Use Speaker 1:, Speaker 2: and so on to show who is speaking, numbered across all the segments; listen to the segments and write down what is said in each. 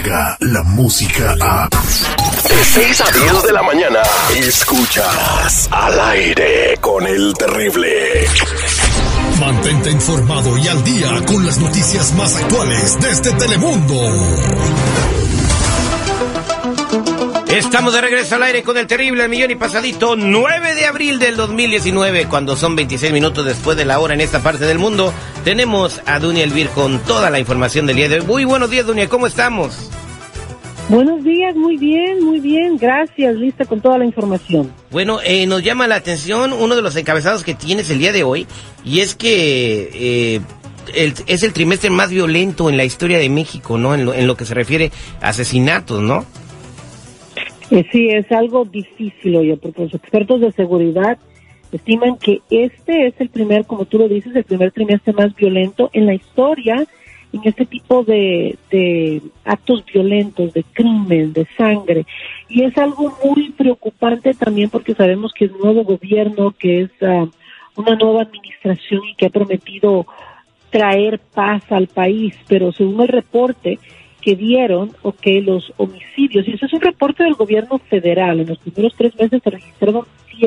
Speaker 1: Descarga la música a...
Speaker 2: De 6 a 10 de la mañana, escuchas Al Aire con el Terrible.
Speaker 1: Mantente informado y al día con las noticias más actuales desde Telemundo.
Speaker 3: Estamos de regreso al aire con el Terrible al millón y pasadito, 9 de abril del 2019, cuando son 26 minutos después de la hora en esta parte del mundo. Tenemos a Dunia Elvir con toda la información del día de hoy. Muy buenos días, Dunia, ¿cómo estamos?
Speaker 4: Buenos días, muy bien, gracias, lista con toda la información.
Speaker 3: Bueno, nos llama la atención uno de los encabezados que tienes el día de hoy, y es que es el trimestre más violento en la historia de México, ¿no? En lo que se refiere a asesinatos, ¿no?
Speaker 4: Sí, es algo difícil, oye, porque los expertos de seguridad estiman que este es el primer, como tú lo dices, el primer trimestre más violento en la historia en este tipo de actos violentos, de crimen, de sangre. Y es algo muy preocupante también porque sabemos que el nuevo gobierno, que es una nueva administración y que ha prometido traer paz al país, pero según el reporte que dieron, los homicidios, y eso es un reporte del gobierno federal, en los primeros 3 meses se registraron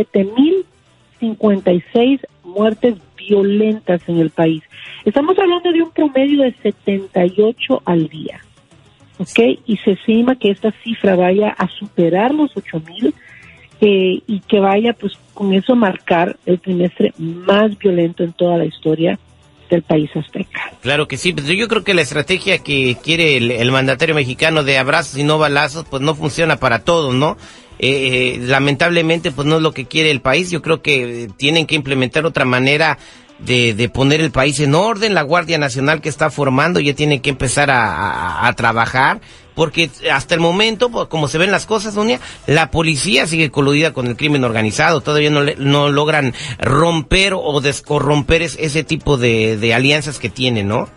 Speaker 4: 7,056 muertes violentas en el país. Estamos hablando de un promedio de 78 al día, ¿ok? Y se estima que esta cifra vaya a superar los 8,000 y que vaya, pues, con eso marcar el trimestre más violento en toda la historia del país azteca.
Speaker 3: Claro que sí, pero yo creo que la estrategia que quiere el mandatario mexicano de abrazos y no balazos, pues no funciona para todos, ¿no? Lamentablemente, pues no es lo que quiere el país. Yo creo que tienen que implementar otra manera de poner el país en orden. La Guardia Nacional que está formando ya tiene que empezar a trabajar, porque hasta el momento, pues, como se ven las cosas, Dunia, la policía sigue coludida con el crimen organizado. Todavía no logran romper o descorromper ese tipo de alianzas que tienen, ¿no?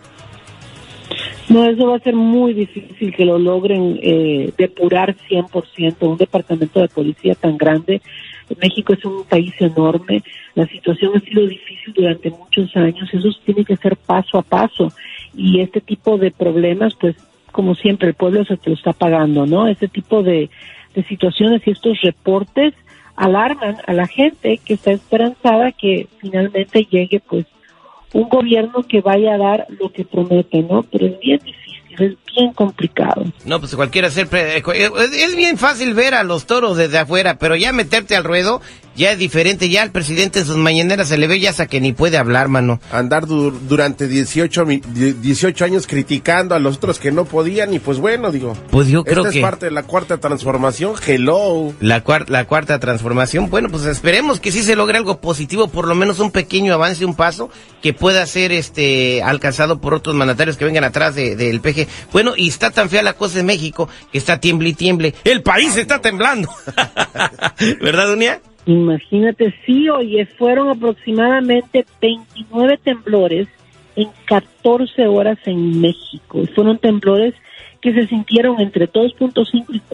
Speaker 4: No, eso va a ser muy difícil que lo logren depurar 100%. Un departamento de policía tan grande. México es un país enorme. La situación ha sido difícil durante muchos años. Eso tiene que ser paso a paso. Y este tipo de problemas, pues, como siempre, el pueblo se te lo está pagando, ¿no? Este tipo de situaciones y estos reportes alarman a la gente que está esperanzada que finalmente llegue, pues, un gobierno que vaya a dar lo que promete, ¿no? Pero es bien difícil, es bien complicado.
Speaker 3: No, pues cualquiera es bien fácil ver a los toros desde afuera, pero ya meterte al ruedo ya es diferente. Ya al presidente en sus mañaneras se le ve ya hasta que ni puede hablar, mano.
Speaker 5: Andar durante 18 años criticando a los otros que no podían, y pues bueno, digo,
Speaker 3: pues yo creo
Speaker 5: esta
Speaker 3: que
Speaker 5: es parte de la cuarta transformación. Hello.
Speaker 3: La cuarta transformación. Bueno, pues esperemos que sí se logre algo positivo, por lo menos un pequeño avance, un paso que pueda ser alcanzado por otros mandatarios que vengan atrás del PG. Bueno, y está tan fea la cosa en México que está tiemble y tiemble. El país está temblando. ¿Verdad, Dunia?
Speaker 4: Imagínate, sí, oye, fueron aproximadamente 29 temblores en 14 horas en México. Y fueron temblores que se sintieron entre 2.5 y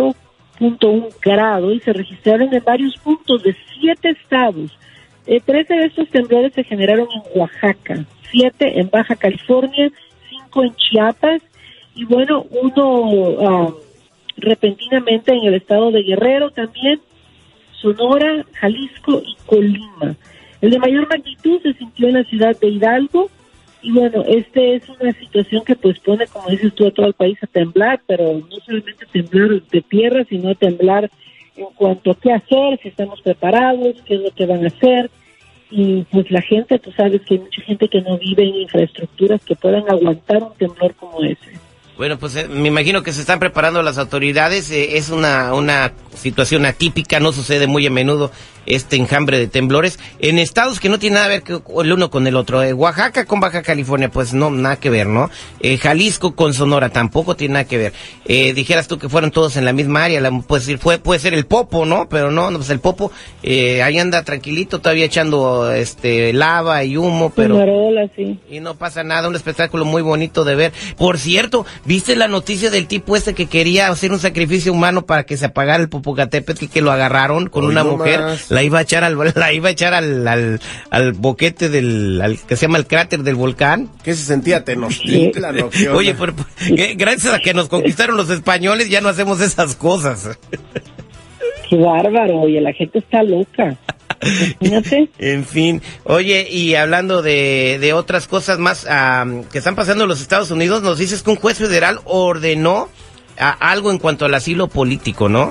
Speaker 4: 4.1 grados y se registraron en varios puntos de 7 estados. 13 de estos temblores se generaron en Oaxaca, 7 en Baja California, 5 en Chiapas y bueno, uno repentinamente en el estado de Guerrero también, Sonora, Jalisco y Colima. El de mayor magnitud se sintió en la ciudad de Hidalgo y bueno, es una situación que pues pone, como dices tú, a todo el país a temblar, pero no solamente temblar de tierra, sino temblar en cuanto a qué hacer, si estamos preparados, qué es lo que van a hacer. Y pues la gente, tú sabes que hay mucha gente que no vive en infraestructuras que puedan aguantar un temblor como ese.
Speaker 3: Bueno, pues me imagino que se están preparando las autoridades. Es una situación atípica, no sucede muy a menudo este enjambre de temblores en estados que no tienen nada que ver el uno con el otro. Oaxaca con Baja California, pues no, nada que ver, ¿no? Jalisco con Sonora tampoco tiene nada que ver. Dijeras tú que fueron todos en la misma área, puede ser el Popo, ¿no? Pero no, pues el Popo ahí anda tranquilito, todavía echando lava y humo, pero
Speaker 4: Marola, sí.
Speaker 3: Y no pasa nada, un espectáculo muy bonito de ver. Por cierto, ¿viste la noticia del tipo que quería hacer un sacrificio humano para que se apagara el Popocatépetl, que lo agarraron con una mujer? la iba a echar al boquete que se llama el cráter del volcán.
Speaker 5: ¿Qué se sentía? Tenochtitlan, ¿no?
Speaker 3: Oye, gracias a que nos conquistaron los españoles ya no hacemos esas cosas.
Speaker 4: Qué bárbaro, oye, la gente está loca. Imagínate.
Speaker 3: En fin, oye, y hablando de otras cosas más que están pasando en los Estados Unidos, nos dices que un juez federal ordenó algo en cuanto al asilo político, ¿no?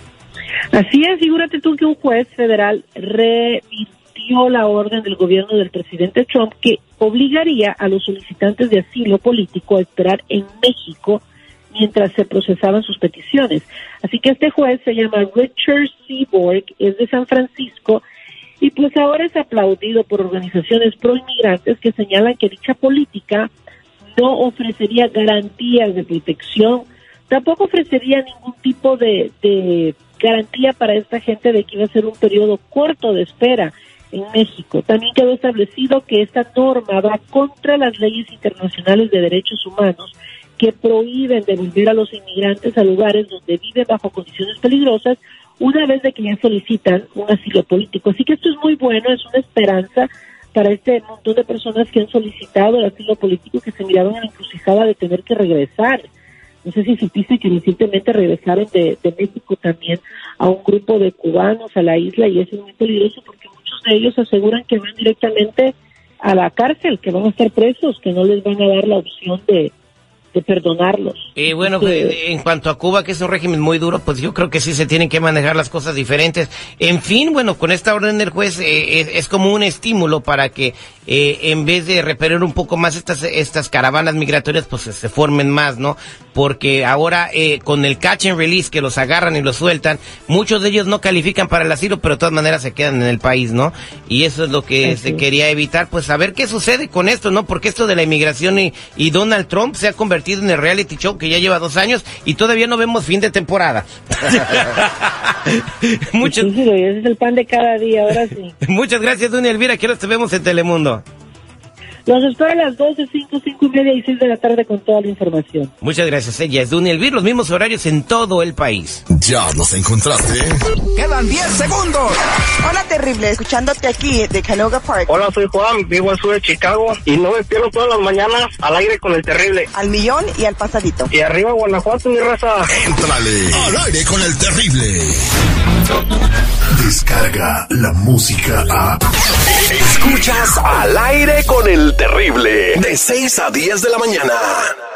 Speaker 4: Así es, figúrate tú que un juez federal revirtió la orden del gobierno del presidente Trump que obligaría a los solicitantes de asilo político a esperar en México mientras se procesaban sus peticiones. Así que este juez se llama Richard Seaborg, es de San Francisco, y pues ahora es aplaudido por organizaciones pro-inmigrantes que señalan que dicha política no ofrecería garantías de protección, tampoco ofrecería ningún tipo de garantía para esta gente de que iba a ser un periodo corto de espera en México. También quedó establecido que esta norma va contra las leyes internacionales de derechos humanos que prohíben devolver a los inmigrantes a lugares donde viven bajo condiciones peligrosas una vez de que ya solicitan un asilo político. Así que esto es muy bueno, es una esperanza para este montón de personas que han solicitado el asilo político, que se miraban en la encrucijada de tener que regresar. No sé si supiste que recientemente regresaron de México también a un grupo de cubanos a la isla, y eso es muy peligroso porque muchos de ellos aseguran que van directamente a la cárcel, que van a estar presos, que no les van a dar la opción de perdonarlos.
Speaker 3: Bueno, en cuanto a Cuba, que es un régimen muy duro, pues yo creo que sí se tienen que manejar las cosas diferentes. En fin, bueno, con esta orden del juez es como un estímulo para que en vez de repeler un poco más estas caravanas migratorias, pues se formen más, ¿no? Porque ahora con el catch and release, que los agarran y los sueltan, muchos de ellos no califican para el asilo, pero de todas maneras se quedan en el país, ¿no? Y eso es lo que se quería evitar, pues a ver qué sucede con esto, ¿no? Porque esto de la inmigración y Donald Trump se ha convertido en el reality show que ya lleva 2 años y todavía no vemos fin de temporada.
Speaker 4: Ese es el pan de cada día, ahora sí.
Speaker 3: Muchas gracias, doña Elvira, que ahora te vemos en Telemundo.
Speaker 4: Los espero a las 12, 5, 5:30 y 6 de la tarde con toda la información.
Speaker 3: Muchas gracias. Ella es Duny Elvir, los mismos horarios en todo el país.
Speaker 1: Ya nos encontraste.
Speaker 6: Quedan 10 segundos.
Speaker 7: Hola, terrible, escuchándote aquí de Canoga Park.
Speaker 8: Hola, soy Juan, vivo al sur de Chicago y no me pierdo todas las mañanas al aire con el terrible.
Speaker 7: Al millón y al pasadito.
Speaker 8: Y arriba Guanajuato, mi raza.
Speaker 1: Éntrale al aire con el terrible. Descarga la música a...
Speaker 2: Escuchas Al Aire con el Terrible, de 6 a 10 de la mañana.